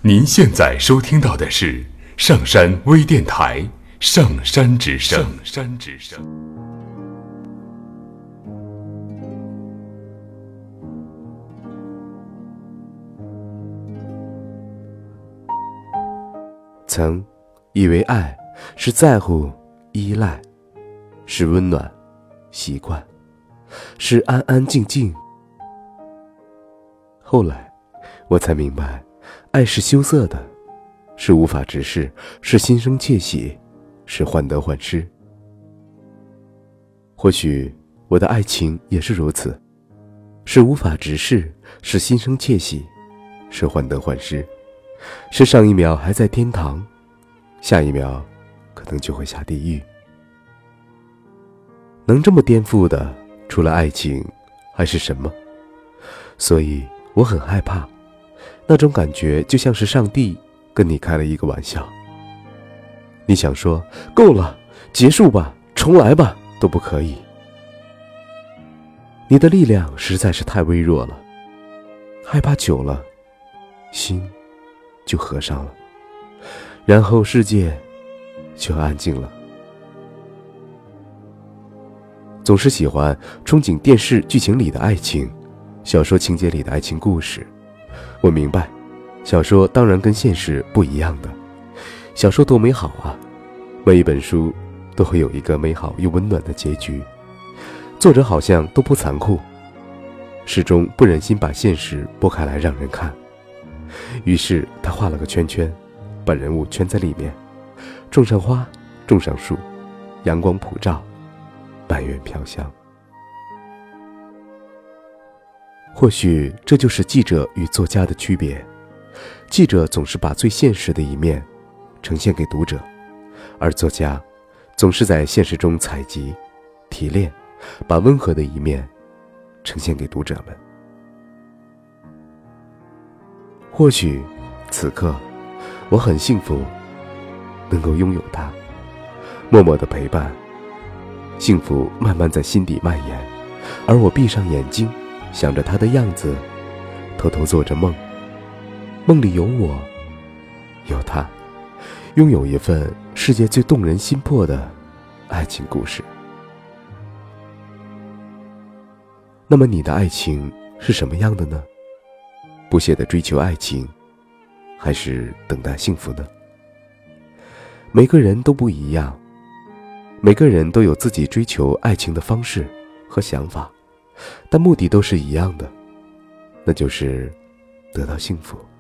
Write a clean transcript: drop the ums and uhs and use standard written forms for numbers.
您现在收听到的是上山微电台《上山之声》。上山之声。 曾以为爱是在乎、依赖，是温暖、习惯，是安安静静。后来我才明白，爱是羞涩的，是无法直视，是心生窃喜，是患得患失。或许我的爱情也是如此，是无法直视，是心生窃喜，是患得患失，是上一秒还在天堂，下一秒可能就会下地狱。能这么颠覆的，除了爱情还是什么？所以我很害怕，那种感觉就像是上帝跟你开了一个玩笑。你想说够了，结束吧，重来吧，都不可以。你的力量实在是太微弱了，害怕久了，心就合上了，然后世界就安静了。总是喜欢憧憬电视剧情里的爱情，小说情节里的爱情故事。我明白，小说当然跟现实不一样的。小说多美好啊，每一本书都会有一个美好又温暖的结局，作者好像都不残酷，始终不忍心把现实拨开来让人看。于是他画了个圈圈，把人物圈在里面，种上花，种上树，阳光普照，满园飘香。或许这就是记者与作家的区别，记者总是把最现实的一面呈现给读者，而作家总是在现实中采集、提炼，把温和的一面呈现给读者们。或许此刻我很幸福，能够拥有他，默默的陪伴，幸福慢慢在心底蔓延，而我闭上眼睛，想着他的样子，偷偷做着梦，梦里有我，有他，拥有一份世界最动人心魄的爱情故事。那么你的爱情是什么样的呢？不懈地追求爱情，还是等待幸福呢？每个人都不一样，每个人都有自己追求爱情的方式和想法，但目的都是一样的，那就是得到幸福。